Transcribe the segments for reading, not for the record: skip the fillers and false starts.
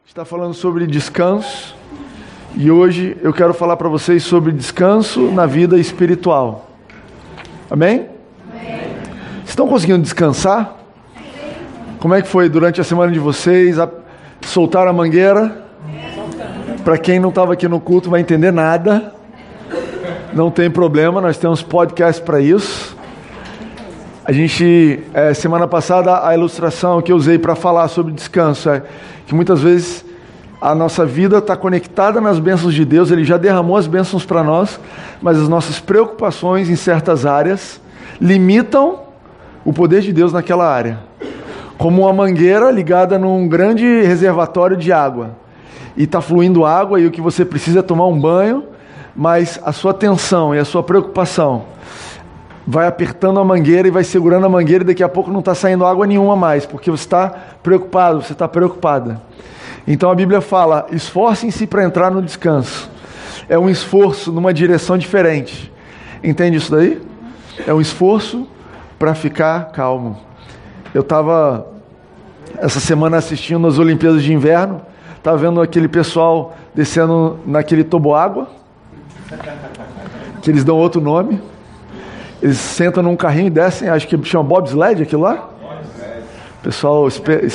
Está falando sobre descanso e hoje eu quero falar para vocês sobre descanso na vida espiritual. Amém? Amém. Estão conseguindo descansar? Como é que foi durante a semana de vocês? Soltaram a mangueira? Para quem não estava aqui no culto vai entender nada. Não tem problema, nós temos podcast para isso. A gente, semana passada, a ilustração que eu usei para falar sobre descanso é que muitas vezes a nossa vida está conectada nas bênçãos de Deus, Ele já derramou as bênçãos para nós, mas as nossas preocupações em certas áreas limitam o poder de Deus naquela área. Como uma mangueira ligada num grande reservatório de água. E está fluindo água e o que você precisa é tomar um banho, mas a sua atenção e a sua preocupação vai apertando a mangueira e vai segurando a mangueira e daqui a pouco não está saindo água nenhuma mais, porque você está preocupado, você está preocupada. Então a Bíblia fala, esforcem-se para entrar no descanso. É um esforço numa direção diferente. Entende isso daí? É um esforço para ficar calmo. Eu estava essa semana assistindo as Olimpíadas de Inverno, estava vendo aquele pessoal descendo naquele toboágua, que eles dão outro nome. Eles sentam num carrinho e descem, acho que chama bobsled aquilo lá. Pessoal,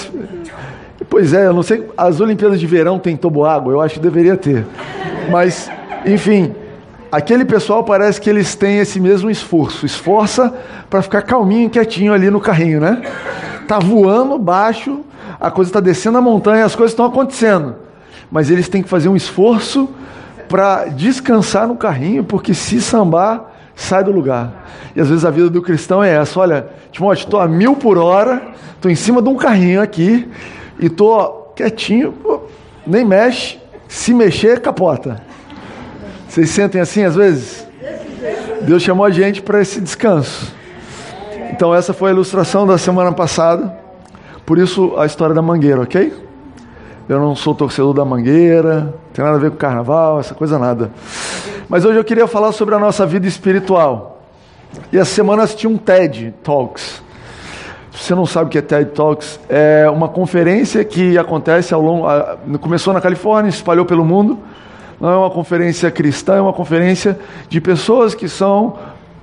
pois é, eu não sei, as Olimpíadas de Verão tem toboágua, eu acho que deveria ter. Mas, enfim, aquele pessoal parece que eles têm esse mesmo esforço. Esforça para ficar calminho, quietinho ali no carrinho, né? Tá voando baixo, a coisa está descendo a montanha, as coisas estão acontecendo. Mas eles têm que fazer um esforço para descansar no carrinho, porque se sambar, sai do lugar. E às vezes a vida do cristão é essa. Olha, Timóteo, estou a 1000 por hora, estou em cima de um carrinho aqui, e estou quietinho, nem mexe, se mexer, capota. Vocês sentem assim às vezes? Deus chamou a gente para esse descanso. Então essa foi a ilustração da semana passada, por isso a história da mangueira, ok? Eu não sou torcedor da mangueira, não tem nada a ver com carnaval, essa coisa nada. Mas hoje eu queria falar sobre a nossa vida espiritual. E essa semana eu assisti um TED Talks. Se você não sabe o que é TED Talks, é uma conferência que acontece ao longo... Começou na Califórnia, espalhou pelo mundo. Não é uma conferência cristã, é uma conferência de pessoas que são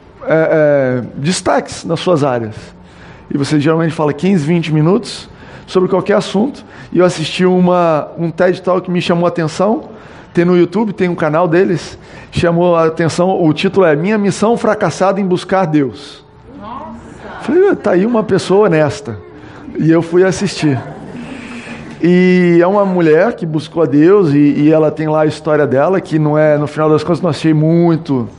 destaques nas suas áreas. E você geralmente fala 15, 20 minutos sobre qualquer assunto. E eu assisti um TED Talk que me chamou a atenção. Tem no YouTube, tem um canal deles. Chamou a atenção, o título é Minha Missão Fracassada em Buscar Deus. Falei, tá aí uma pessoa honesta. E eu fui assistir. E é uma mulher que buscou a Deus e ela tem lá a história dela, que não é, no final das contas, não achei muito...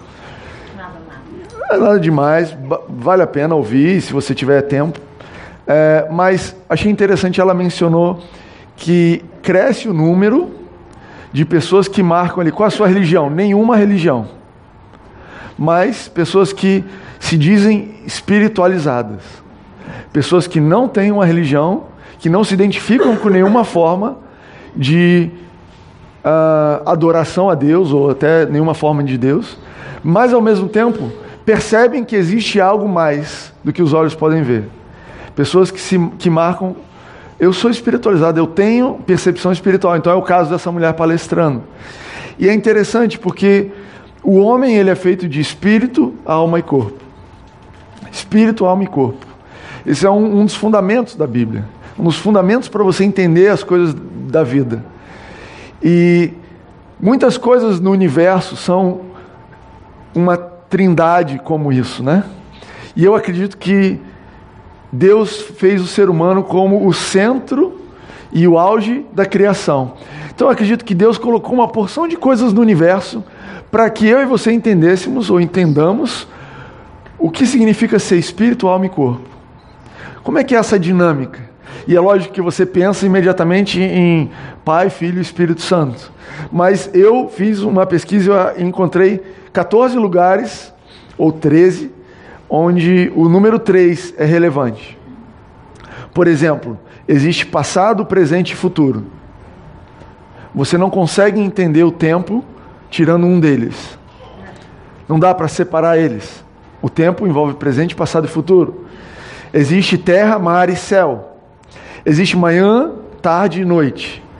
Nada demais, vale a pena ouvir, se você tiver tempo. Mas achei interessante, ela mencionou que cresce o número de pessoas que marcam ali, qual a sua religião? Nenhuma religião. Mas pessoas que se dizem espiritualizadas. Pessoas que não têm uma religião, que não se identificam com nenhuma forma de adoração a Deus, ou até nenhuma forma de Deus, mas ao mesmo tempo percebem que existe algo mais do que os olhos podem ver. Pessoas que marcam, eu sou espiritualizado, eu tenho percepção espiritual. Então é o caso dessa mulher palestrando. E é interessante porque o homem ele é feito de espírito, alma e corpo. Espírito, alma e corpo. Esse é um dos fundamentos da Bíblia. Um dos fundamentos para você entender as coisas da vida. E muitas coisas no universo são uma trindade como isso, né? E eu acredito que Deus fez o ser humano como o centro e o auge da criação. Então eu acredito que Deus colocou uma porção de coisas no universo para que eu e você entendêssemos ou entendamos o que significa ser espírito, alma e corpo. Como é que é essa dinâmica? E é lógico que você pensa imediatamente em Pai, Filho e Espírito Santo. Mas eu fiz uma pesquisa e encontrei 14 lugares, ou 13, onde o número 3 é relevante. Por exemplo, existe passado, presente e futuro. Você não consegue entender o tempo tirando um deles. Não dá para separar eles. O tempo envolve presente, passado e futuro. Existe terra, mar e céu. Existe manhã, tarde e noite.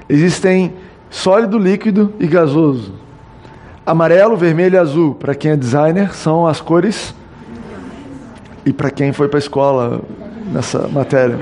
Existem sólido, líquido e gasoso. Amarelo, vermelho e azul, para quem é designer, são as cores. E para quem foi para a escola nessa matéria.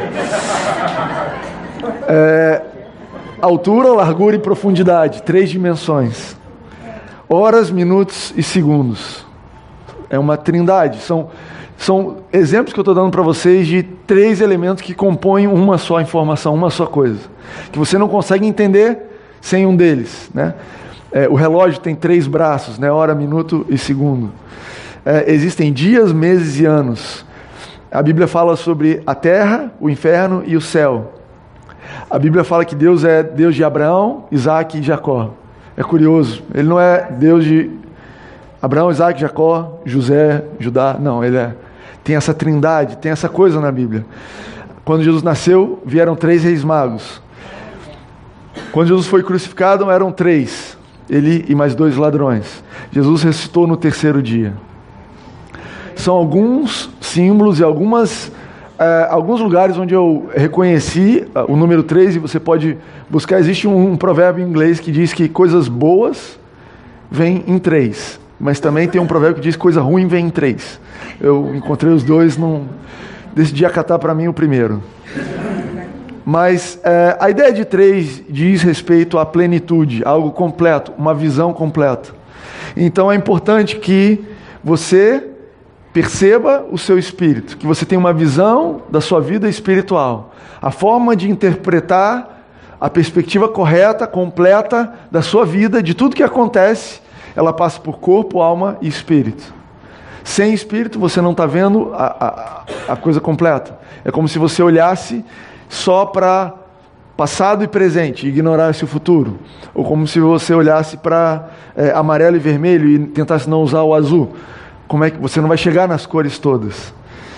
Altura, largura e profundidade, 3 dimensões. Horas, minutos e segundos. É uma trindade. São exemplos que eu estou dando para vocês de 3 elementos que compõem uma só informação, uma só coisa. Que você não consegue entender sem um deles, né? O relógio tem 3 braços, né? Hora, minuto e segundo. Existem dias, meses e anos. A Bíblia fala sobre a terra, o inferno e o céu. A Bíblia fala que Deus é Deus de Abraão, Isaac e Jacó. É curioso, ele não é Deus de Abraão, Isaac, Jacó, José, Judá. Não, tem essa trindade, tem essa coisa na Bíblia. Quando Jesus nasceu, vieram 3 reis magos. Quando Jesus foi crucificado, eram 3. Ele e mais 2 ladrões. Jesus ressuscitou no 3º dia. São alguns símbolos e alguns lugares onde eu reconheci o número 3, e você pode buscar. Existe um provérbio em inglês que diz que coisas boas vêm em 3, mas também tem um provérbio que diz que coisa ruim vem em 3. Eu encontrei os dois, decidi acatar para mim o primeiro. Mas a ideia de 3 diz respeito à plenitude, algo completo, uma visão completa. Então é importante que você perceba o seu espírito, que você tenha uma visão da sua vida espiritual. A forma de interpretar a perspectiva correta, completa da sua vida, de tudo que acontece, ela passa por corpo, alma e espírito. Sem espírito você não está vendo a coisa completa. É como se você olhasse só para passado e presente e ignorasse o futuro. Ou como se você olhasse para amarelo e vermelho e tentasse não usar o azul. Como é que você não vai chegar nas cores todas?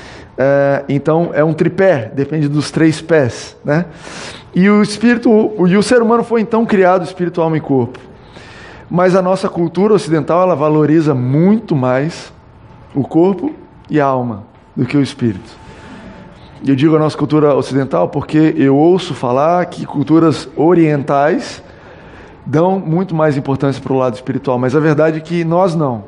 Então é um tripé, depende dos 3 pés, né? E o ser humano foi então criado espírito, alma e corpo. Mas a nossa cultura ocidental, ela valoriza muito mais o corpo e a alma do que o espírito. E eu digo a nossa cultura ocidental porque eu ouço falar que culturas orientais dão muito mais importância para o lado espiritual, mas a verdade é que nós não.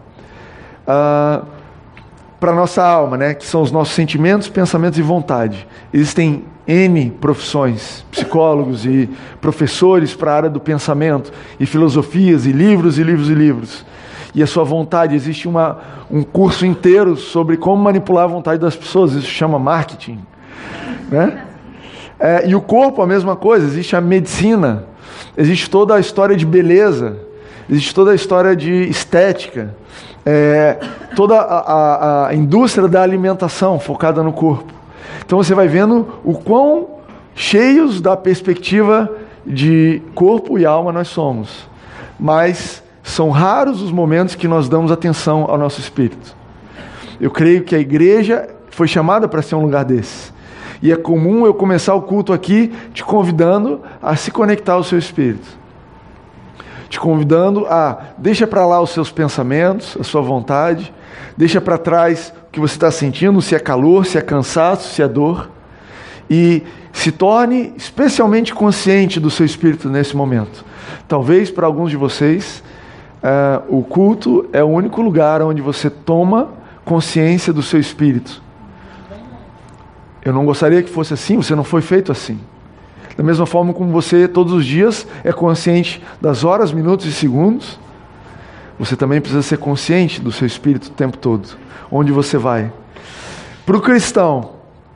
Para a nossa alma, né, que são os nossos sentimentos, pensamentos e vontade. Existem N profissões, psicólogos e professores para a área do pensamento, e filosofias, e livros e livros e livros. E a sua vontade, existe um curso inteiro sobre como manipular a vontade das pessoas, isso chama marketing. Né? E o corpo, a mesma coisa, existe a medicina, existe toda a história de beleza, existe toda a história de estética, toda a indústria da alimentação focada no corpo. Então você vai vendo o quão cheios da perspectiva de corpo e alma nós somos. Mas são raros os momentos que nós damos atenção ao nosso espírito. Eu creio que a igreja foi chamada para ser um lugar desse. E é comum eu começar o culto aqui te convidando a se conectar ao seu espírito. Te convidando deixa para lá os seus pensamentos, a sua vontade, deixa para trás o que você está sentindo, se é calor, se é cansaço, se é dor, e se torne especialmente consciente do seu espírito nesse momento. Talvez para alguns de vocês, o culto é o único lugar onde você toma consciência do seu espírito. Eu não gostaria que fosse assim, você não foi feito assim. Da mesma forma como você todos os dias é consciente das horas, minutos e segundos, você também precisa ser consciente do seu espírito o tempo todo. Onde você vai. Para o cristão,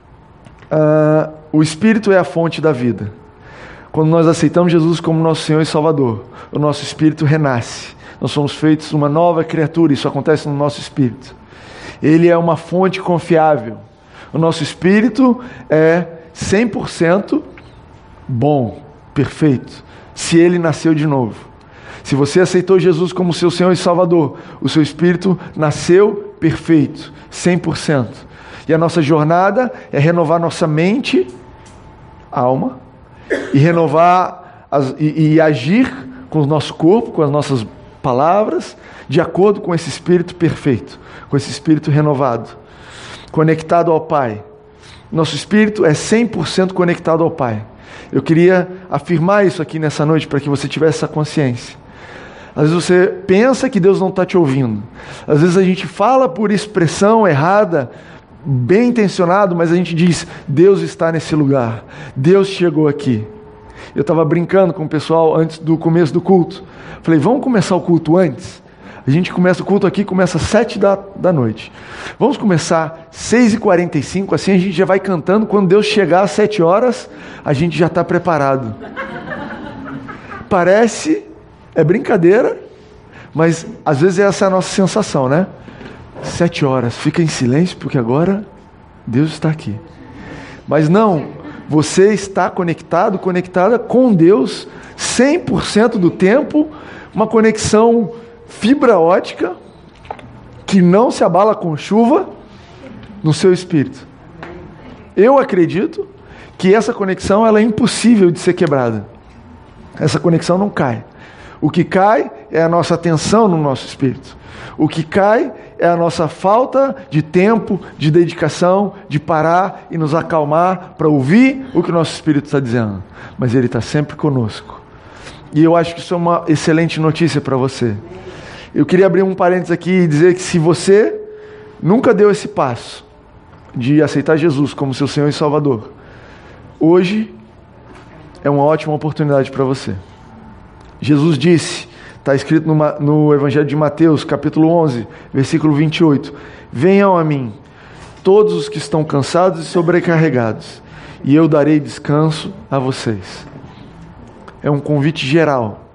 o espírito é a fonte da vida. Quando nós aceitamos Jesus como nosso Senhor e Salvador, o nosso espírito renasce. Nós somos feitos uma nova criatura, isso acontece no nosso espírito. Ele é uma fonte confiável. O nosso espírito é 100% bom, perfeito, se ele nasceu de novo. Se você aceitou Jesus como seu Senhor e Salvador, o seu espírito nasceu perfeito, 100%. E a nossa jornada é renovar nossa mente, alma, e renovar e agir com o nosso corpo, com as nossas palavras, de acordo com esse espírito perfeito, com esse espírito renovado, conectado ao Pai. Nosso espírito é 100% conectado ao Pai. Eu queria afirmar isso aqui nessa noite para que você tivesse essa consciência. Às vezes você pensa que Deus não está te ouvindo. Às vezes a gente fala por expressão errada, bem intencionado, mas a gente diz, Deus está nesse lugar. Deus chegou aqui. Eu estava brincando com o pessoal antes do começo do culto. Falei, vamos começar o culto antes? A gente começa o culto aqui, começa às 7 da noite. Vamos começar às 6h45, assim a gente já vai cantando. Quando Deus chegar às 7 horas, a gente já está preparado. Parece, é brincadeira, mas às vezes essa é a nossa sensação, né? 7 horas, fica em silêncio, porque agora Deus está aqui. Mas não, você está conectado, conectada com Deus 100% do tempo, uma conexão fibra ótica que não se abala com chuva no seu espírito. Eu acredito que essa conexão ela é impossível de ser quebrada. Essa conexão não cai. O que cai é a nossa atenção no nosso espírito. O que cai é a nossa falta de tempo, de dedicação, de parar e nos acalmar para ouvir o que o nosso espírito está dizendo. Mas ele está sempre conosco. E eu acho que isso é uma excelente notícia para você. Eu queria abrir um parênteses aqui e dizer que se você nunca deu esse passo de aceitar Jesus como seu Senhor e Salvador, hoje é uma ótima oportunidade para você. Jesus disse, está escrito no Evangelho de Mateus, capítulo 11, versículo 28, venham a mim, todos os que estão cansados e sobrecarregados, e eu darei descanso a vocês. É um convite geral.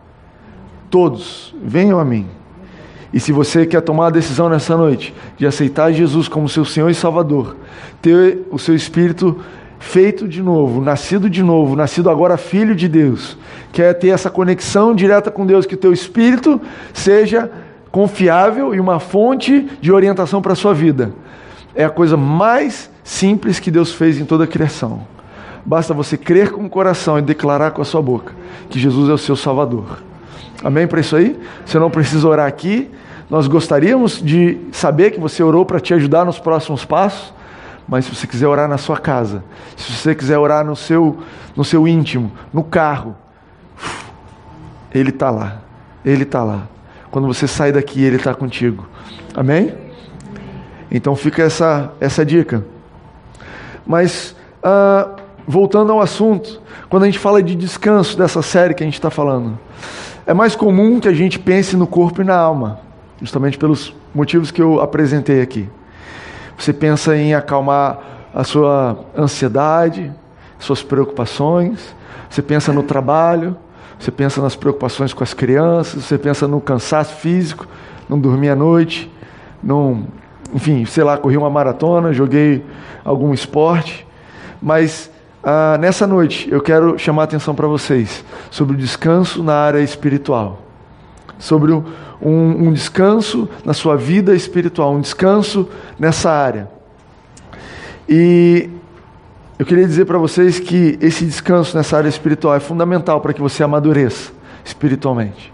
Todos, venham a mim. E se você quer tomar a decisão nessa noite de aceitar Jesus como seu Senhor e Salvador, ter o seu espírito feito de novo, nascido agora filho de Deus, quer ter essa conexão direta com Deus, que o teu espírito seja confiável e uma fonte de orientação para a sua vida, é a coisa mais simples que Deus fez em toda a criação. Basta você crer com o coração e declarar com a sua boca que Jesus é o seu Salvador. Amém para isso aí? Você não precisa orar aqui. Nós gostaríamos de saber que você orou para te ajudar nos próximos passos, mas se você quiser orar na sua casa, se você quiser orar no seu íntimo, no carro, Ele está lá. Ele está lá. Quando você sai daqui, Ele está contigo. Amém? Então fica essa dica. Mas, voltando ao assunto, quando a gente fala de descanso dessa série que a gente está falando, é mais comum que a gente pense no corpo e na alma, justamente pelos motivos que eu apresentei aqui. Você pensa em acalmar a sua ansiedade, suas preocupações, você pensa no trabalho, você pensa nas preocupações com as crianças, você pensa no cansaço físico, não dormir à noite, enfim, sei lá, corri uma maratona, joguei algum esporte, mas nessa noite eu quero chamar a atenção para vocês sobre o descanso na área espiritual, sobre um descanso na sua vida espiritual, um descanso nessa área. E eu queria dizer para vocês que esse descanso nessa área espiritual é fundamental para que você amadureça espiritualmente.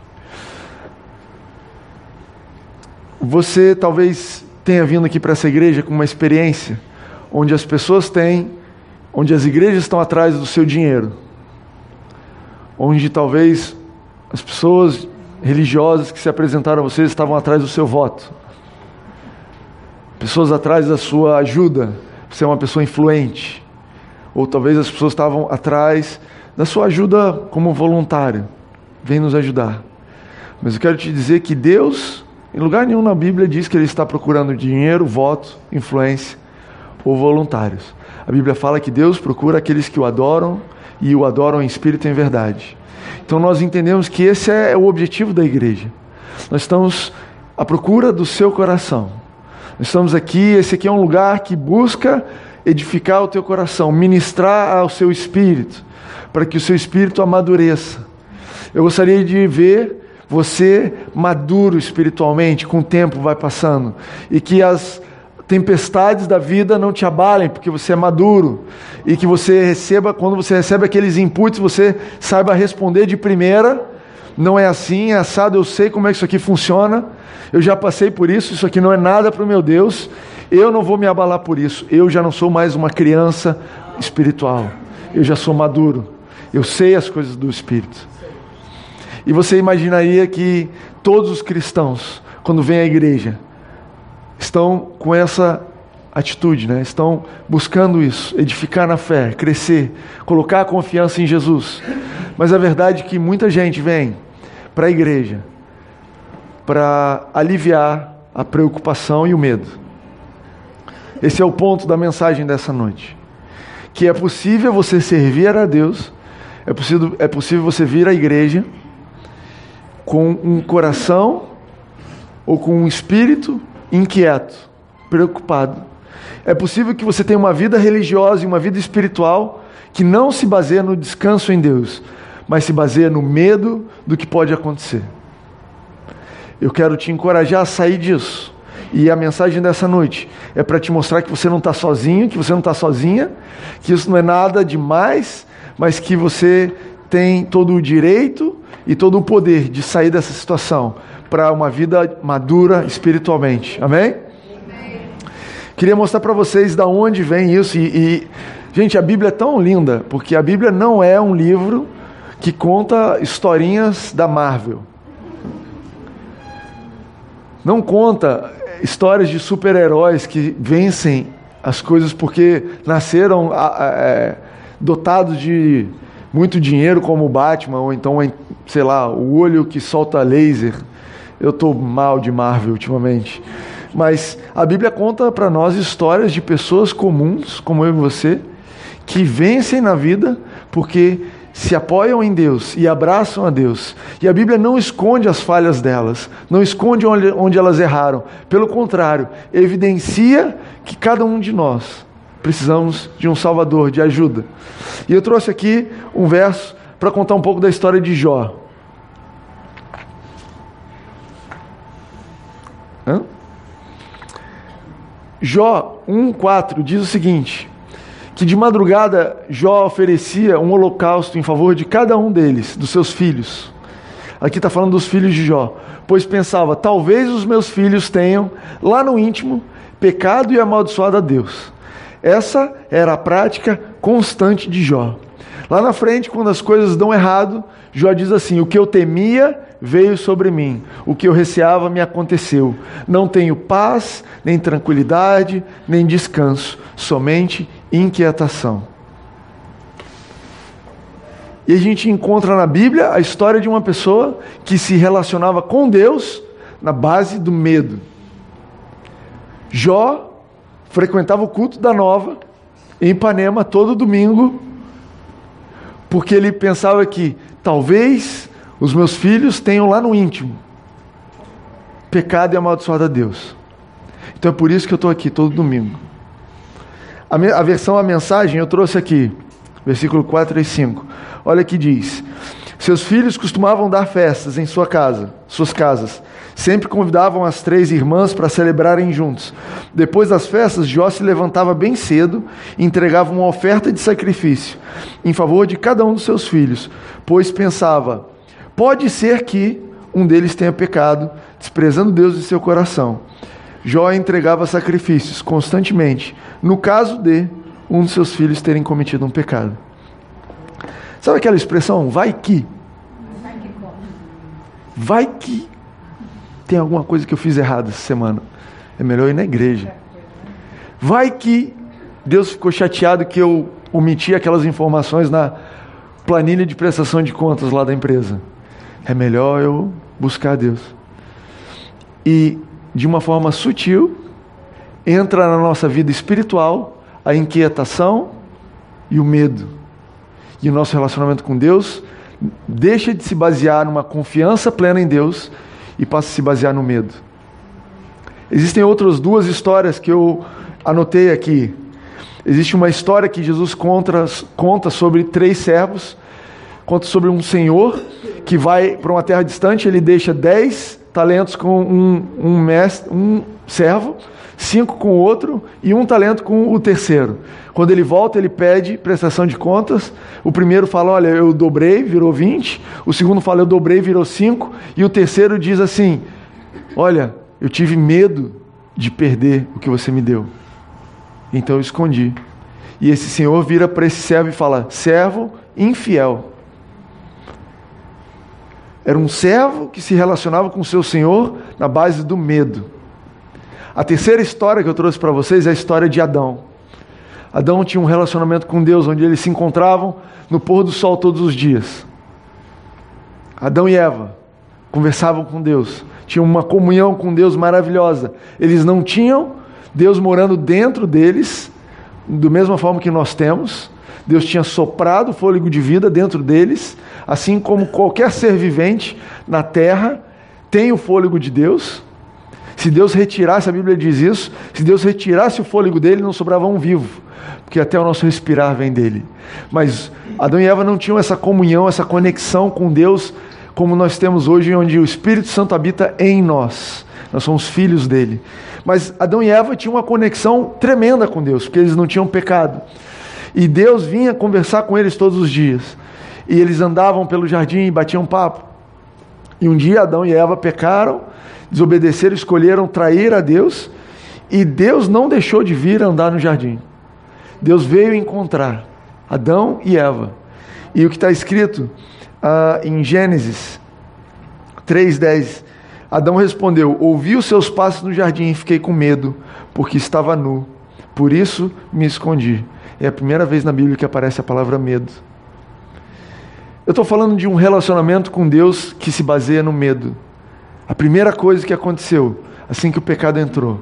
Você talvez tenha vindo aqui para essa igreja com uma experiência onde as igrejas estão atrás do seu dinheiro, onde talvez as pessoas religiosas que se apresentaram a vocês estavam atrás do seu voto, pessoas atrás da sua ajuda, você é uma pessoa influente, ou talvez as pessoas estavam atrás da sua ajuda como voluntário, vem nos ajudar. Mas eu quero te dizer que Deus, em lugar nenhum na Bíblia, diz que Ele está procurando dinheiro, voto, influência ou voluntários. A Bíblia fala que Deus procura aqueles que o adoram e o adoram em espírito e em verdade. Então nós entendemos que esse é o objetivo da igreja. Nós estamos à procura do seu coração. Nós estamos aqui, esse aqui é um lugar que busca edificar o teu coração, ministrar ao seu espírito, para que o seu espírito amadureça. Eu gostaria de ver você maduro espiritualmente, com o tempo vai passando, e que as tempestades da vida não te abalem, porque você é maduro, e que você receba, quando você recebe aqueles inputs, você saiba responder de primeira. Não é assim, é assado, eu sei como é que isso aqui funciona, eu já passei por isso aqui não é nada para o meu Deus, eu não vou me abalar por isso, eu já não sou mais uma criança espiritual, eu já sou maduro, Eu sei as coisas do Espírito. E você imaginaria que todos os cristãos, quando vêm à igreja, estão com essa atitude, né? Estão buscando isso, edificar na fé, crescer, colocar a confiança em Jesus. Mas a verdade é que muita gente vem para a igreja para aliviar a preocupação e o medo. Esse é o ponto da mensagem dessa noite. Que é possível você servir a Deus, é possível você vir à igreja com um coração ou com um espírito inquieto, preocupado. É possível que você tenha uma vida religiosa e uma vida espiritual que não se baseia no descanso em Deus, mas se baseia no medo do que pode acontecer. Eu quero te encorajar a sair disso. E a mensagem dessa noite é para te mostrar que você não está sozinho, que você não está sozinha, que isso não é nada demais, mas que você tem todo o direito e todo o poder de sair dessa situação para uma vida madura espiritualmente. Amém? Queria mostrar para vocês da onde vem isso. Gente, a Bíblia é tão linda, porque a Bíblia não é um livro que conta historinhas da Marvel. Não conta histórias de super-heróis que vencem as coisas porque nasceram dotados de muito dinheiro, como o Batman, ou então, sei lá, o olho que solta laser. Eu estou mal de Marvel ultimamente. Mas a Bíblia conta para nós histórias de pessoas comuns, como eu e você, que vencem na vida porque se apoiam em Deus e abraçam a Deus. E a Bíblia não esconde as falhas delas, não esconde onde elas erraram. Pelo contrário, evidencia que cada um de nós precisamos de um Salvador, de ajuda. E eu trouxe aqui um verso para contar um pouco da história de Jó. Jó 1,4 diz o seguinte: que de madrugada Jó oferecia um holocausto em favor de cada um deles, dos seus filhos. Aqui está falando dos filhos de Jó. Pois pensava, talvez os meus filhos tenham, lá no íntimo, pecado e amaldiçoado a Deus. Essa era a prática constante de Jó. Lá na frente, quando as coisas dão errado, Jó diz assim: o que eu temia veio sobre mim, o que eu receava me aconteceu. Não tenho paz, nem tranquilidade, nem descanso, somente inquietação. E a gente encontra na Bíblia a história de uma pessoa que se relacionava com Deus na base do medo. Jó frequentava o culto da Nova em Ipanema todo domingo, porque ele pensava que talvez os meus filhos tenham lá no íntimo pecado e amaldiçoado a Deus. Então é por isso que eu estou aqui todo domingo. A versão, a mensagem eu trouxe aqui, versículo 4 e 5. Olha que diz: seus filhos costumavam dar festas em suas casas. Sempre convidavam as 3 irmãs para celebrarem juntos. Depois das festas, Jó se levantava bem cedo e entregava uma oferta de sacrifício em favor de cada um dos seus filhos, pois pensava, pode ser que um deles tenha pecado, desprezando Deus em seu coração. Jó entregava sacrifícios constantemente, no caso de um dos seus filhos terem cometido um pecado. Sabe aquela expressão, vai que? Vai que tem alguma coisa que eu fiz errado essa semana. É melhor ir na igreja. Vai que Deus ficou chateado que eu omiti aquelas informações na planilha de prestação de contas lá da empresa. É melhor eu buscar a Deus. E de uma forma sutil, entra na nossa vida espiritual a inquietação e o medo. E o nosso relacionamento com Deus deixa de se basear numa confiança plena em Deus e passa a se basear no medo. Existem outras 2 histórias que eu anotei aqui. Existe uma história que Jesus conta sobre 3 servos. Conta sobre um senhor que vai para uma terra distante, ele deixa 10 talentos com um servo, 5 com o outro e 1 talento com o terceiro. Quando ele volta, ele pede prestação de contas. O primeiro fala, olha, eu dobrei, virou 20. O segundo fala, eu dobrei, virou 5. E o terceiro diz assim, olha, eu tive medo de perder o que você me deu. Então eu escondi. E esse senhor vira para esse servo e fala, servo infiel. Era um servo que se relacionava com o seu senhor na base do medo. A terceira história que eu trouxe para vocês é a história de Adão. Adão tinha um relacionamento com Deus, onde eles se encontravam no pôr do sol todos os dias. Adão e Eva conversavam com Deus, tinham uma comunhão com Deus maravilhosa. Eles não tinham Deus morando dentro deles, da mesma forma que nós temos. Deus tinha soprado o fôlego de vida dentro deles, assim como qualquer ser vivente na terra tem o fôlego de Deus. Se Deus retirasse, a Bíblia diz isso, se Deus retirasse o fôlego dele, não sobrava um vivo, porque até o nosso respirar vem dele. Mas Adão e Eva não tinham essa comunhão, essa conexão com Deus, como nós temos hoje, onde o Espírito Santo habita em nós. Nós somos filhos dele. Mas Adão e Eva tinham uma conexão tremenda com Deus, porque eles não tinham pecado. E Deus vinha conversar com eles todos os dias. E eles andavam pelo jardim e batiam papo. E um dia Adão e Eva pecaram, desobedeceram, escolheram trair a Deus. E Deus não deixou de vir andar no jardim. Deus veio encontrar Adão e Eva. E o que está escrito em Gênesis 3:10, Adão respondeu: ouvi os seus passos no jardim e fiquei com medo, porque estava nu. Por isso me escondi. É a primeira vez na Bíblia que aparece a palavra medo. Eu estou falando de um relacionamento com Deus que se baseia no medo. A primeira coisa que aconteceu, assim que o pecado entrou,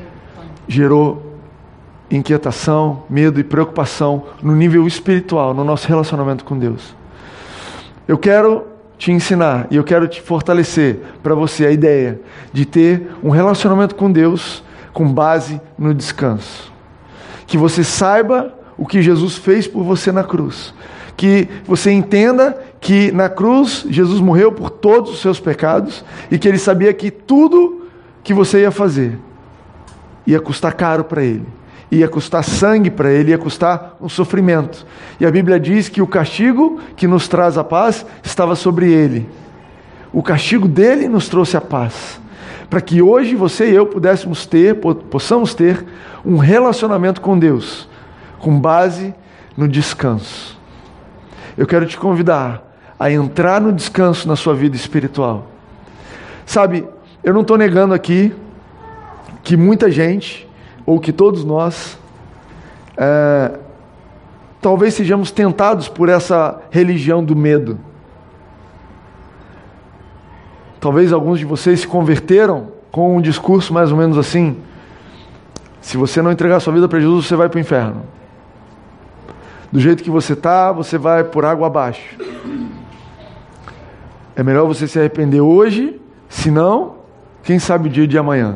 gerou inquietação, medo e preocupação no nível espiritual, no nosso relacionamento com Deus. Eu quero te ensinar e eu quero te fortalecer para você a ideia de ter um relacionamento com Deus com base no descanso. Que você saiba o que Jesus fez por você na cruz. Que você entenda que na cruz Jesus morreu por todos os seus pecados e que Ele sabia que tudo que você ia fazer ia custar caro para Ele, ia custar sangue para Ele, ia custar um sofrimento. E a Bíblia diz que o castigo que nos traz a paz estava sobre Ele. O castigo dele nos trouxe a paz, para que hoje você e eu possamos ter um relacionamento com Deus, com base no descanso. Eu quero te convidar a entrar no descanso na sua vida espiritual. Sabe, eu não estou negando aqui que muita gente, ou que todos nós, talvez sejamos tentados por essa religião do medo. Talvez alguns de vocês se converteram com um discurso mais ou menos assim: se você não entregar sua vida para Jesus, você vai para o inferno. Do jeito que você está, você vai por água abaixo. É melhor você se arrepender hoje, senão, quem sabe o dia de amanhã.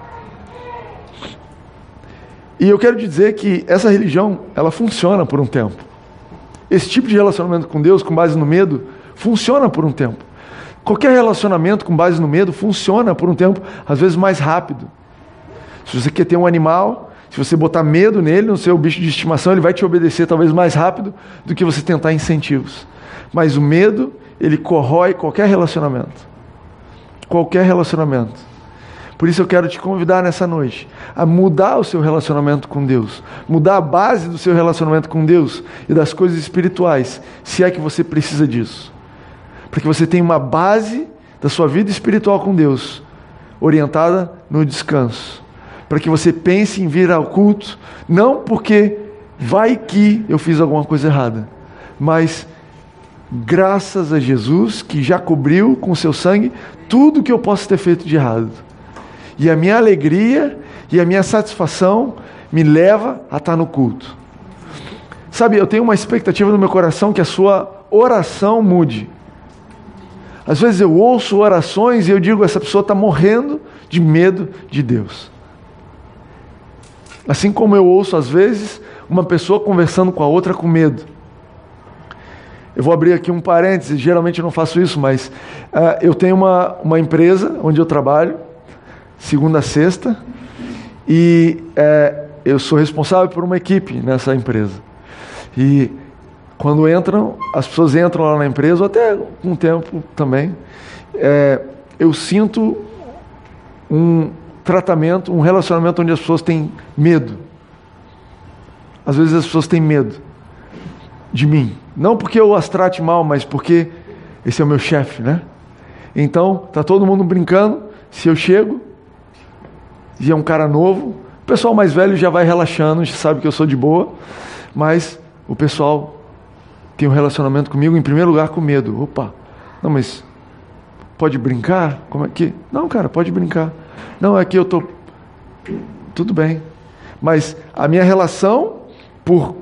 E eu quero dizer que essa religião, ela funciona por um tempo. Esse tipo de relacionamento com Deus, com base no medo, funciona por um tempo. Qualquer relacionamento com base no medo funciona por um tempo, às vezes mais rápido. Se você quer ter um animal, se você botar medo nele, no seu bicho de estimação, ele vai te obedecer talvez mais rápido do que você tentar incentivos. Mas o medo, ele corrói qualquer relacionamento. Qualquer relacionamento. Por isso eu quero te convidar nessa noite a mudar o seu relacionamento com Deus, mudar a base do seu relacionamento com Deus e das coisas espirituais, se é que você precisa disso. Para que você tenha uma base da sua vida espiritual com Deus, orientada no descanso. Para que você pense em vir ao culto, não porque vai que eu fiz alguma coisa errada, mas graças a Jesus que já cobriu com seu sangue tudo que eu posso ter feito de errado. E a minha alegria e a minha satisfação me leva a estar no culto. Sabe, eu tenho uma expectativa no meu coração que a sua oração mude. Às vezes eu ouço orações e eu digo, essa pessoa está morrendo de medo de Deus. Assim como eu ouço às vezes uma pessoa conversando com a outra com medo. Eu vou abrir aqui um parênteses, geralmente eu não faço isso, mas eu tenho uma empresa onde eu trabalho, segunda a sexta, e eu sou responsável por uma equipe nessa empresa. E quando as pessoas entram lá na empresa, ou até com o tempo também, eu sinto um tratamento, um relacionamento onde as pessoas têm medo. Às vezes as pessoas têm medo de mim. Não porque eu as trate mal, mas porque esse é o meu chefe, né? Então, tá todo mundo brincando. Se eu chego e é um cara novo, o pessoal mais velho já vai relaxando, já sabe que eu sou de boa, mas o pessoal tem um relacionamento comigo, em primeiro lugar, com medo. Opa, não, mas pode brincar? Como é que... Não, cara, pode brincar. Não, é que eu tô... Tudo bem. Mas a minha relação, por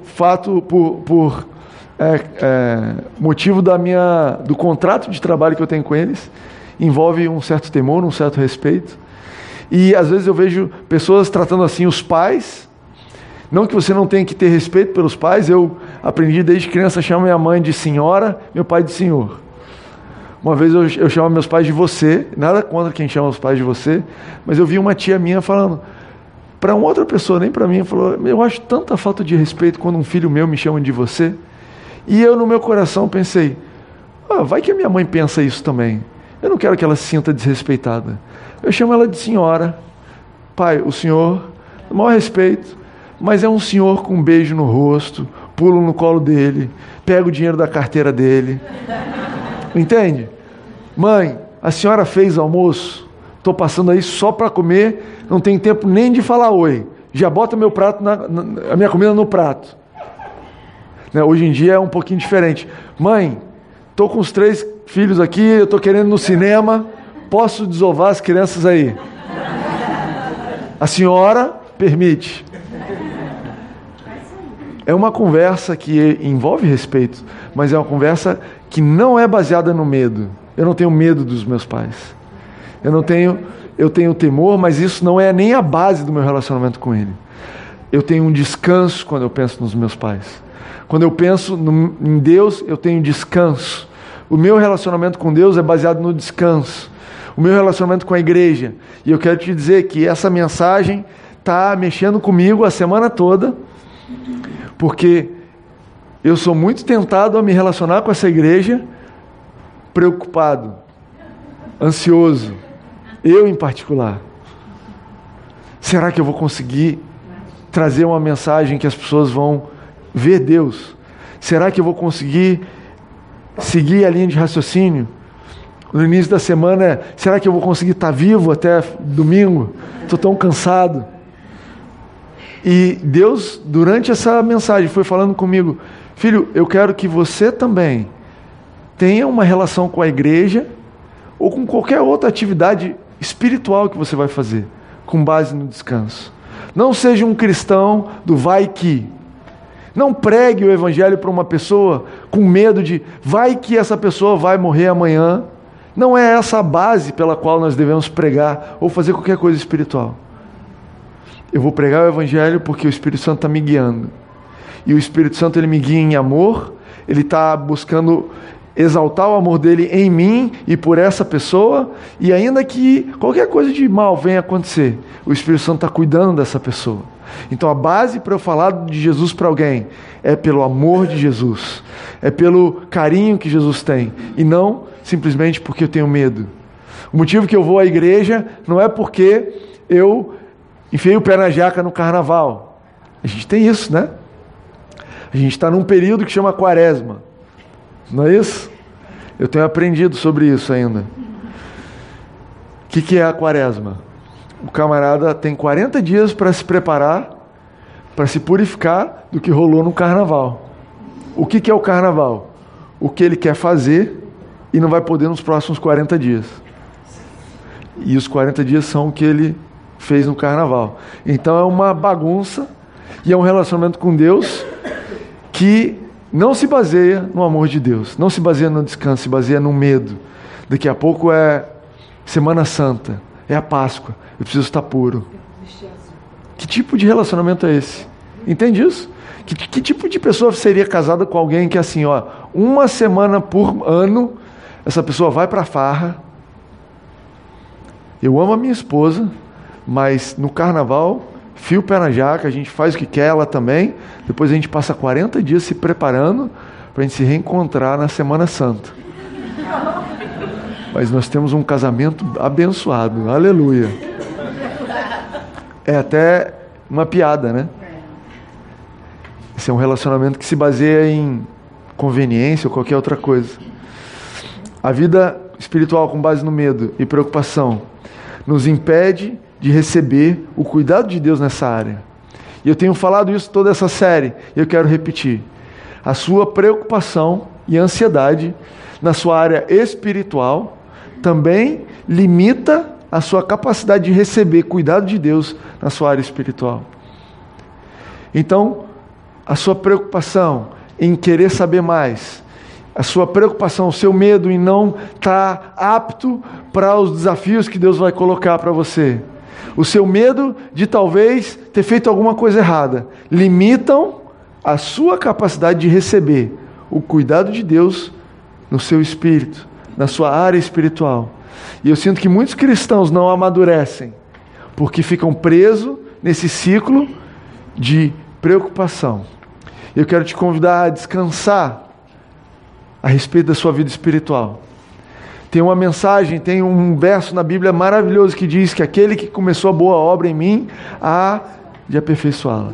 motivo do contrato de trabalho que eu tenho com eles, envolve um certo temor, um certo respeito. E às vezes eu vejo pessoas tratando assim os pais. Não que você não tenha que ter respeito pelos pais. Eu aprendi desde criança a chamar minha mãe de senhora, meu pai de senhor. Uma vez eu chamo meus pais de você. Nada contra quem chama os pais de você. Mas eu vi uma tia minha falando para uma outra pessoa, nem para mim, falou: eu acho tanta falta de respeito quando um filho meu me chama de você. E eu no meu coração pensei: vai que a minha mãe pensa isso também. Eu não quero que ela se sinta desrespeitada. Eu chamo ela de senhora. Pai, o senhor, o maior respeito, mas é um senhor com um beijo no rosto, pulo no colo dele, pego o dinheiro da carteira dele. Entende? Mãe, a senhora fez almoço? Estou passando aí só para comer, não tem tempo nem de falar oi. Já bota meu prato a minha comida no prato. Né? Hoje em dia é um pouquinho diferente. Mãe, estou com os 3 filhos aqui, eu estou querendo ir no cinema, posso desovar as crianças aí? A senhora permite. É uma conversa que envolve respeito, mas é uma conversa que não é baseada no medo. Eu não tenho medo dos meus pais. Eu tenho temor, mas isso não é nem a base do meu relacionamento com ele. Eu tenho um descanso quando eu penso nos meus pais. Quando eu penso em Deus, eu tenho descanso. O meu relacionamento com Deus é baseado no descanso. O meu relacionamento com a igreja. E eu quero te dizer que essa mensagem está mexendo comigo a semana toda, porque eu sou muito tentado a me relacionar com essa igreja preocupado, ansioso. Eu em particular. Será que eu vou conseguir trazer uma mensagem que as pessoas vão ver Deus? Será que eu vou conseguir seguir a linha de raciocínio? No início da semana, será que eu vou conseguir estar vivo até domingo? Estou tão cansado. E Deus, durante essa mensagem, foi falando comigo: filho, eu quero que você também tenha uma relação com a igreja ou com qualquer outra atividade espiritual que você vai fazer, com base no descanso. Não seja um cristão do vai que. Não pregue o evangelho para uma pessoa com medo de vai que essa pessoa vai morrer amanhã. Não é essa a base pela qual nós devemos pregar ou fazer qualquer coisa espiritual. Eu vou pregar o evangelho porque o Espírito Santo está me guiando. E o Espírito Santo, ele me guia em amor. Ele está buscando exaltar o amor dele em mim e por essa pessoa. E ainda que qualquer coisa de mal venha acontecer, o Espírito Santo está cuidando dessa pessoa. Então a base para eu falar de Jesus para alguém é pelo amor de Jesus. É pelo carinho que Jesus tem. E não simplesmente porque eu tenho medo. O motivo que eu vou à igreja não é porque eu enfiei o pé na jaca no carnaval. A gente tem isso, né? A gente está num período que chama Quaresma. Não é isso? Eu tenho aprendido sobre isso ainda. O que é a Quaresma? O camarada tem 40 dias para se preparar, para se purificar do que rolou no carnaval. O que é o carnaval? O que ele quer fazer e não vai poder nos próximos 40 dias. E os 40 dias são o que ele fez no carnaval. Então é uma bagunça e é um relacionamento com Deus que não se baseia no amor de Deus, não se baseia no descanso, se baseia no medo. Daqui a pouco é Semana Santa, é a Páscoa, eu preciso estar puro. Que tipo de relacionamento é esse? Entende isso? Que tipo de pessoa seria casada com alguém que assim, uma semana por ano, essa pessoa vai para a farra, eu amo a minha esposa, mas no carnaval, fio o pé na jaca, a gente faz o que quer, ela também, depois a gente passa 40 dias se preparando para a gente se reencontrar na Semana Santa. Mas nós temos um casamento abençoado, aleluia. É até uma piada, né? Esse é um relacionamento que se baseia em conveniência ou qualquer outra coisa. A vida espiritual com base no medo e preocupação nos impede de receber o cuidado de Deus nessa área. E eu tenho falado isso toda essa série, e eu quero repetir. A sua preocupação e ansiedade na sua área espiritual também limita a sua capacidade de receber cuidado de Deus na sua área espiritual. Então, a sua preocupação em querer saber mais, a sua preocupação, o seu medo em não estar apto para os desafios que Deus vai colocar para você, o seu medo de talvez ter feito alguma coisa errada, limitam a sua capacidade de receber o cuidado de Deus no seu espírito, na sua área espiritual. E eu sinto que muitos cristãos não amadurecem, porque ficam presos nesse ciclo de preocupação. Eu quero te convidar a descansar a respeito da sua vida espiritual. Tem uma mensagem, tem um verso na Bíblia maravilhoso que diz que aquele que começou a boa obra em mim, há de aperfeiçoá-la.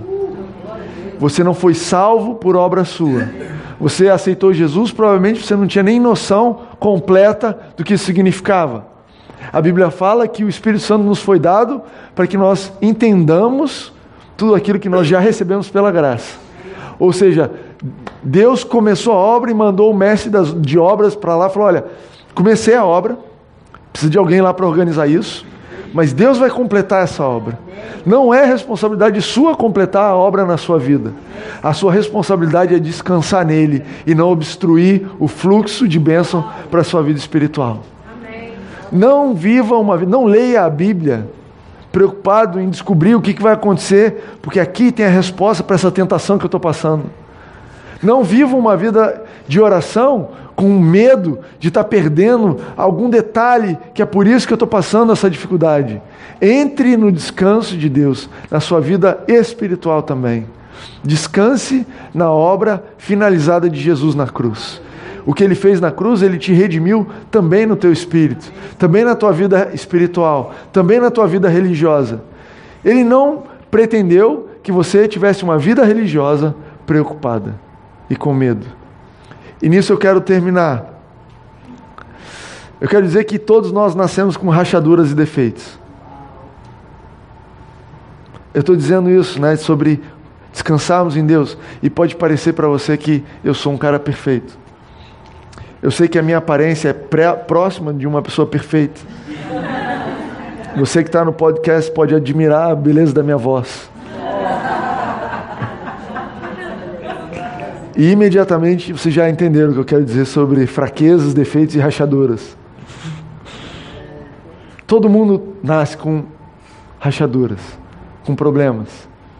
Você não foi salvo por obra sua. Você aceitou Jesus, provavelmente você não tinha nem noção completa do que isso significava. A Bíblia fala que o Espírito Santo nos foi dado para que nós entendamos tudo aquilo que nós já recebemos pela graça. Ou seja, Deus começou a obra e mandou o mestre de obras para lá e falou: olha, comecei a obra, precisa de alguém lá para organizar isso, mas Deus vai completar essa obra. Não é responsabilidade sua completar a obra na sua vida. A sua responsabilidade é descansar nele e não obstruir o fluxo de bênção para a sua vida espiritual. Amém. Não viva uma vida, não leia a Bíblia preocupado em descobrir o que vai acontecer, porque aqui tem a resposta para essa tentação que eu estou passando. Não viva uma vida de oração com medo de estar perdendo algum detalhe, que é por isso que eu estou passando essa dificuldade. Entre no descanso de Deus, na sua vida espiritual também. Descanse na obra finalizada de Jesus na cruz. O que Ele fez na cruz, Ele te redimiu também no teu espírito, também na tua vida espiritual, também na tua vida religiosa. Ele não pretendeu que você tivesse uma vida religiosa preocupada e com medo. E nisso eu quero terminar. Eu quero dizer que todos nós nascemos com rachaduras e defeitos. Eu estou dizendo isso, sobre descansarmos em Deus. E pode parecer para você que eu sou um cara perfeito. Eu sei que a minha aparência é próxima de uma pessoa perfeita. Você que está no podcast pode admirar a beleza da minha voz. E imediatamente vocês já entenderam o que eu quero dizer sobre fraquezas, defeitos e rachaduras. Todo mundo nasce com rachaduras, com problemas.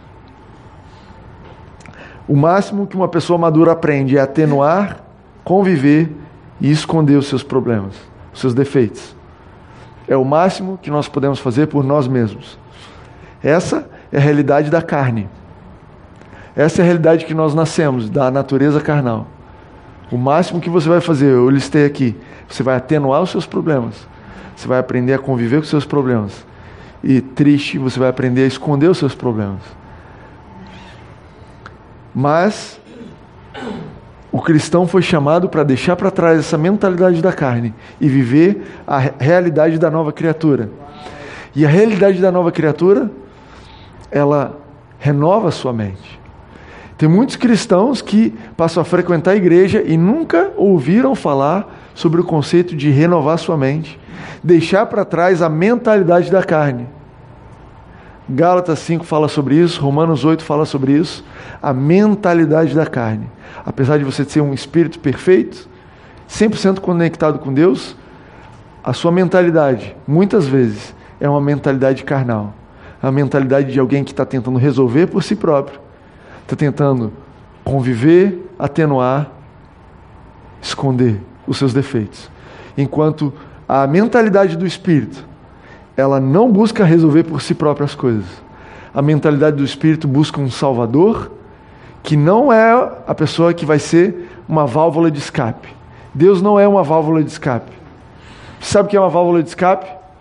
O máximo que uma pessoa madura aprende é atenuar, conviver e esconder os seus problemas, os seus defeitos. É o máximo que nós podemos fazer por nós mesmos. Essa é a realidade da carne. Essa é a realidade que nós nascemos, da natureza carnal. O máximo que você vai fazer, eu listei aqui, você vai atenuar os seus problemas. Você vai aprender a conviver com os seus problemas. E triste, você vai aprender a esconder os seus problemas. Mas o cristão foi chamado para deixar para trás essa mentalidade da carne e viver a realidade da nova criatura. E a realidade da nova criatura, ela renova a sua mente. Tem muitos cristãos que passam a frequentar a igreja e nunca ouviram falar sobre o conceito de renovar sua mente, deixar para trás a mentalidade da carne. Gálatas 5 fala sobre isso, Romanos 8 fala sobre isso, a mentalidade da carne. Apesar de você ser um espírito perfeito, 100% conectado com Deus, a sua mentalidade, muitas vezes, é uma mentalidade carnal. A mentalidade de alguém que está tentando resolver por si próprio. Está tentando conviver, atenuar, esconder os seus defeitos. Enquanto a mentalidade do Espírito, ela não busca resolver por si própria as coisas. A mentalidade do Espírito busca um Salvador, que não é a pessoa que vai ser uma válvula de escape. Deus não é uma válvula de escape. Você sabe o que é uma válvula de escape?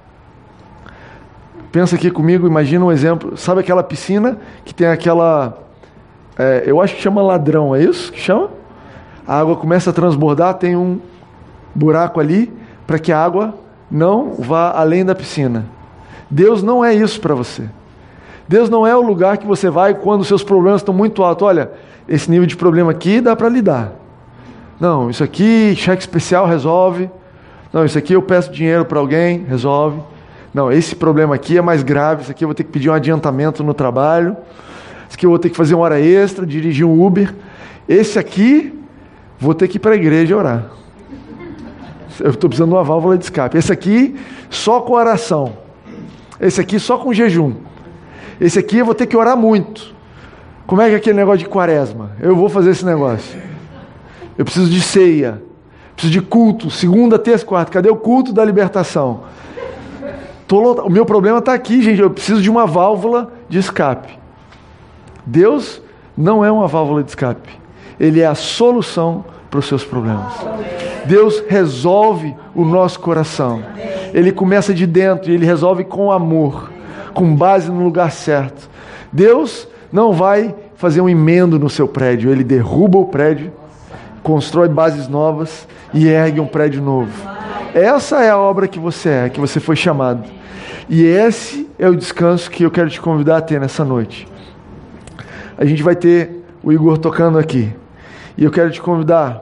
Pensa aqui comigo, imagina um exemplo. Sabe aquela piscina que tem aquela... eu acho que chama ladrão, é isso que chama? A água começa a transbordar, tem um buraco ali, para que a água não vá além da piscina. Deus não é isso para você. Deus não é o lugar que você vai quando os seus problemas estão muito altos. Olha, esse nível de problema aqui dá para lidar. Não, isso aqui, cheque especial resolve. Não, isso aqui eu peço dinheiro para alguém, resolve. Não, esse problema aqui é mais grave. Isso aqui eu vou ter que pedir um adiantamento no trabalho. Isso aqui eu vou ter que fazer uma hora extra, dirigir um Uber. Esse aqui, vou ter que ir para a igreja orar. Eu estou precisando de uma válvula de escape. Esse aqui, só com oração. Esse aqui, só com jejum. Esse aqui, eu vou ter que orar muito. Como é que é aquele negócio de quaresma? Eu vou fazer esse negócio. Eu preciso de ceia. Preciso de culto. Segunda, terça, quarta. Cadê o culto da libertação? O meu problema está aqui, gente. Eu preciso de uma válvula de escape. Deus não é uma válvula de escape. Ele é a solução para os seus problemas. Deus resolve o nosso coração. Ele começa de dentro e Ele resolve com amor, com base no lugar certo. Deus não vai fazer um emendo no seu prédio. Ele derruba o prédio, constrói bases novas e ergue um prédio novo. Essa é a obra que você foi chamado. E esse é o descanso que eu quero te convidar a ter nessa noite. A gente vai ter o Igor tocando aqui. E eu quero te convidar.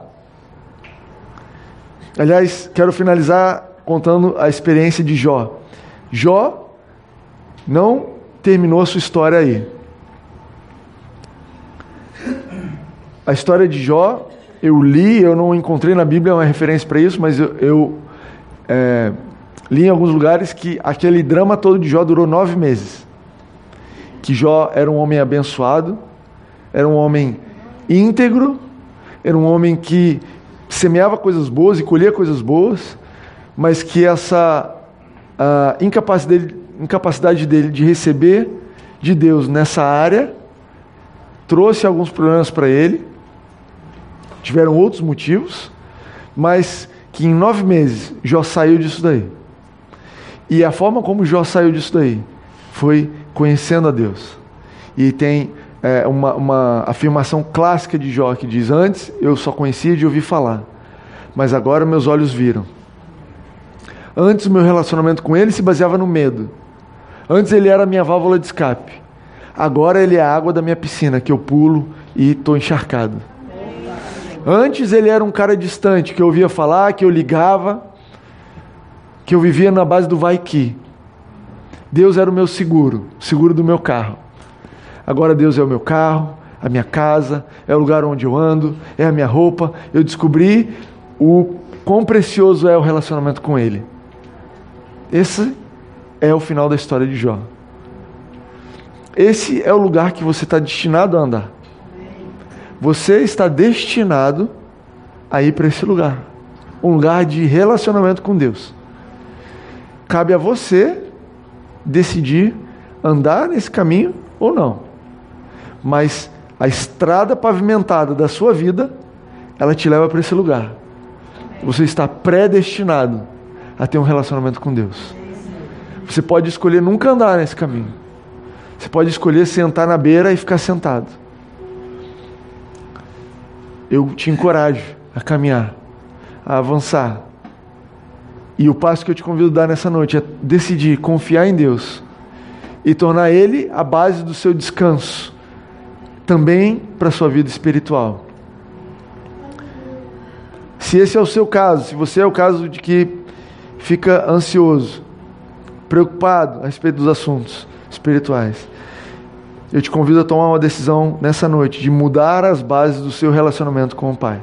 Aliás, quero finalizar contando a experiência de Jó. Jó não terminou a sua história aí. A história de Jó, eu li, eu não encontrei na Bíblia uma referência para isso, mas eu li em alguns lugares que aquele drama todo de Jó durou 9 meses. Que Jó era um homem abençoado, era um homem íntegro, era um homem que semeava coisas boas e colhia coisas boas, mas que essa incapacidade dele de receber de Deus nessa área trouxe alguns problemas para ele. Tiveram outros motivos, mas que em 9 meses Jó saiu disso daí. E a forma como Jó saiu disso daí foi conhecendo a Deus. E tem uma afirmação clássica de Jó que diz: antes eu só conhecia de ouvir falar, mas agora meus olhos viram. Antes o meu relacionamento com ele se baseava no medo. Antes ele era a minha válvula de escape. Agora ele é a água da minha piscina que eu pulo e estou encharcado. Antes ele era um cara distante, que eu ouvia falar, que eu ligava, que eu vivia na base do vai que. Deus era o meu seguro do meu carro. Agora Deus é o meu carro, a minha casa, é o lugar onde eu ando, é a minha roupa. Eu descobri o quão precioso é o relacionamento com Ele. Esse é o final da história de Jó. Esse é o lugar que você está destinado a andar. Você está destinado a ir para esse lugar. Um lugar de relacionamento com Deus. Cabe a você decidir andar nesse caminho ou não. Mas a estrada pavimentada da sua vida, ela te leva para esse lugar. Você está predestinado a ter um relacionamento com Deus. Você pode escolher nunca andar nesse caminho. Você pode escolher sentar na beira e ficar sentado. Eu te encorajo a caminhar, a avançar. E o passo que eu te convido a dar nessa noite é decidir confiar em Deus e tornar Ele a base do seu descanso, também para a sua vida espiritual. Se esse é o seu caso, se você é o caso de que fica ansioso, preocupado a respeito dos assuntos espirituais, eu te convido a tomar uma decisão nessa noite de mudar as bases do seu relacionamento com o Pai.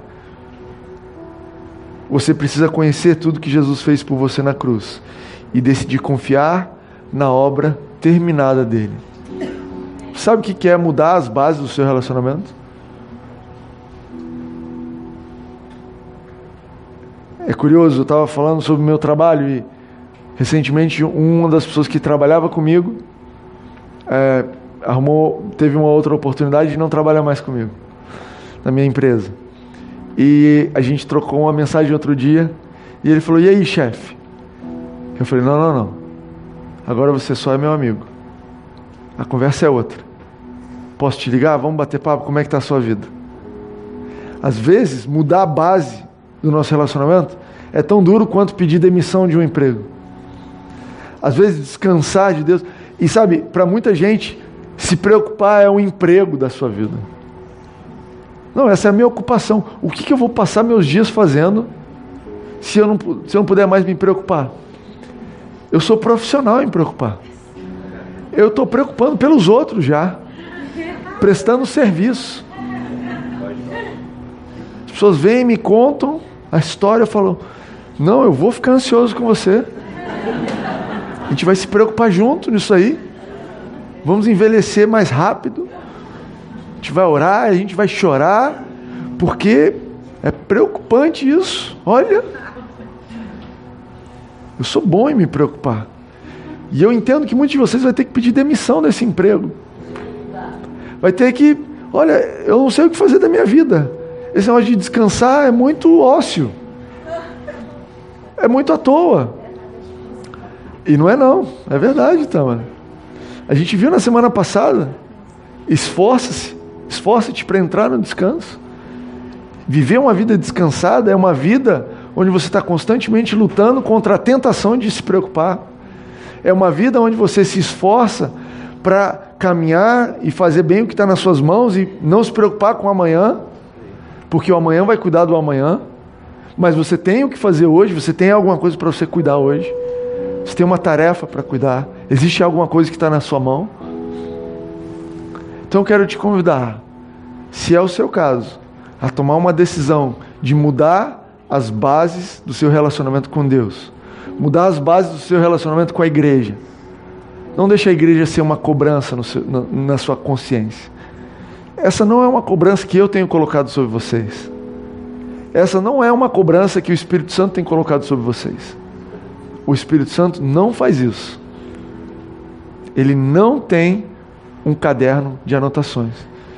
Você precisa conhecer tudo que Jesus fez por você na cruz e decidir confiar na obra terminada dele. Sabe o que é mudar as bases do seu relacionamento? É curioso, eu estava falando sobre o meu trabalho e recentemente uma das pessoas que trabalhava comigo teve uma outra oportunidade de não trabalhar mais comigo na minha empresa. E a gente trocou uma mensagem outro dia e ele falou: e aí, chefe? Eu falei: não, agora você só é meu amigo, a conversa é outra. Posso te ligar? Vamos bater papo? Como é que está a sua vida? Às vezes mudar a base do nosso relacionamento é tão duro quanto pedir demissão de um emprego. Às vezes descansar de Deus. E sabe, para muita gente, se preocupar é um emprego da sua vida. Não, essa é a minha ocupação. O que eu vou passar meus dias fazendo se eu não puder mais me preocupar? Eu sou profissional em preocupar. Eu estou preocupando pelos outros já. Prestando serviço. As pessoas vêm e me contam a história, eu falo, não, eu vou ficar ansioso com você. A gente vai se preocupar junto nisso aí. Vamos envelhecer mais rápido. A gente vai orar, a gente vai chorar, porque é preocupante isso. Olha, eu sou bom em me preocupar. E eu entendo que muitos de vocês vão ter que pedir demissão desse emprego. Vai ter que, olha, eu não sei o que fazer da minha vida. Esse negócio de descansar é muito ócio. É muito à toa. E não é não, é verdade, Tamara. A gente viu na semana passada, esforça-te para entrar no descanso. Viver uma vida descansada é uma vida onde você está constantemente lutando contra a tentação de se preocupar. É uma vida onde você se esforça para caminhar e fazer bem o que está nas suas mãos e não se preocupar com o amanhã, porque o amanhã vai cuidar do amanhã. Mas você tem o que fazer hoje, você tem alguma coisa para você cuidar hoje. Você tem uma tarefa para cuidar. Existe alguma coisa que está na sua mão. Então eu quero te convidar, se é o seu caso, a tomar uma decisão de mudar as bases do seu relacionamento com Deus. Mudar as bases do seu relacionamento com a igreja. Não deixe a igreja ser uma cobrança na sua consciência. Essa não é uma cobrança que eu tenho colocado sobre vocês. Essa não é uma cobrança que o Espírito Santo tem colocado sobre vocês. O Espírito Santo não faz isso. Ele não tem um caderno de anotações.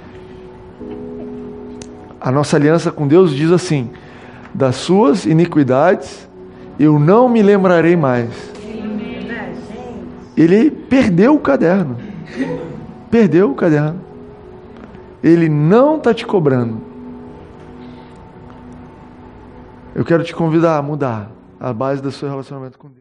A nossa aliança com Deus diz assim: das suas iniquidades eu não me lembrarei mais. Ele perdeu o caderno. Perdeu o caderno. Ele não está te cobrando. Eu quero te convidar a mudar a base do seu relacionamento com Deus.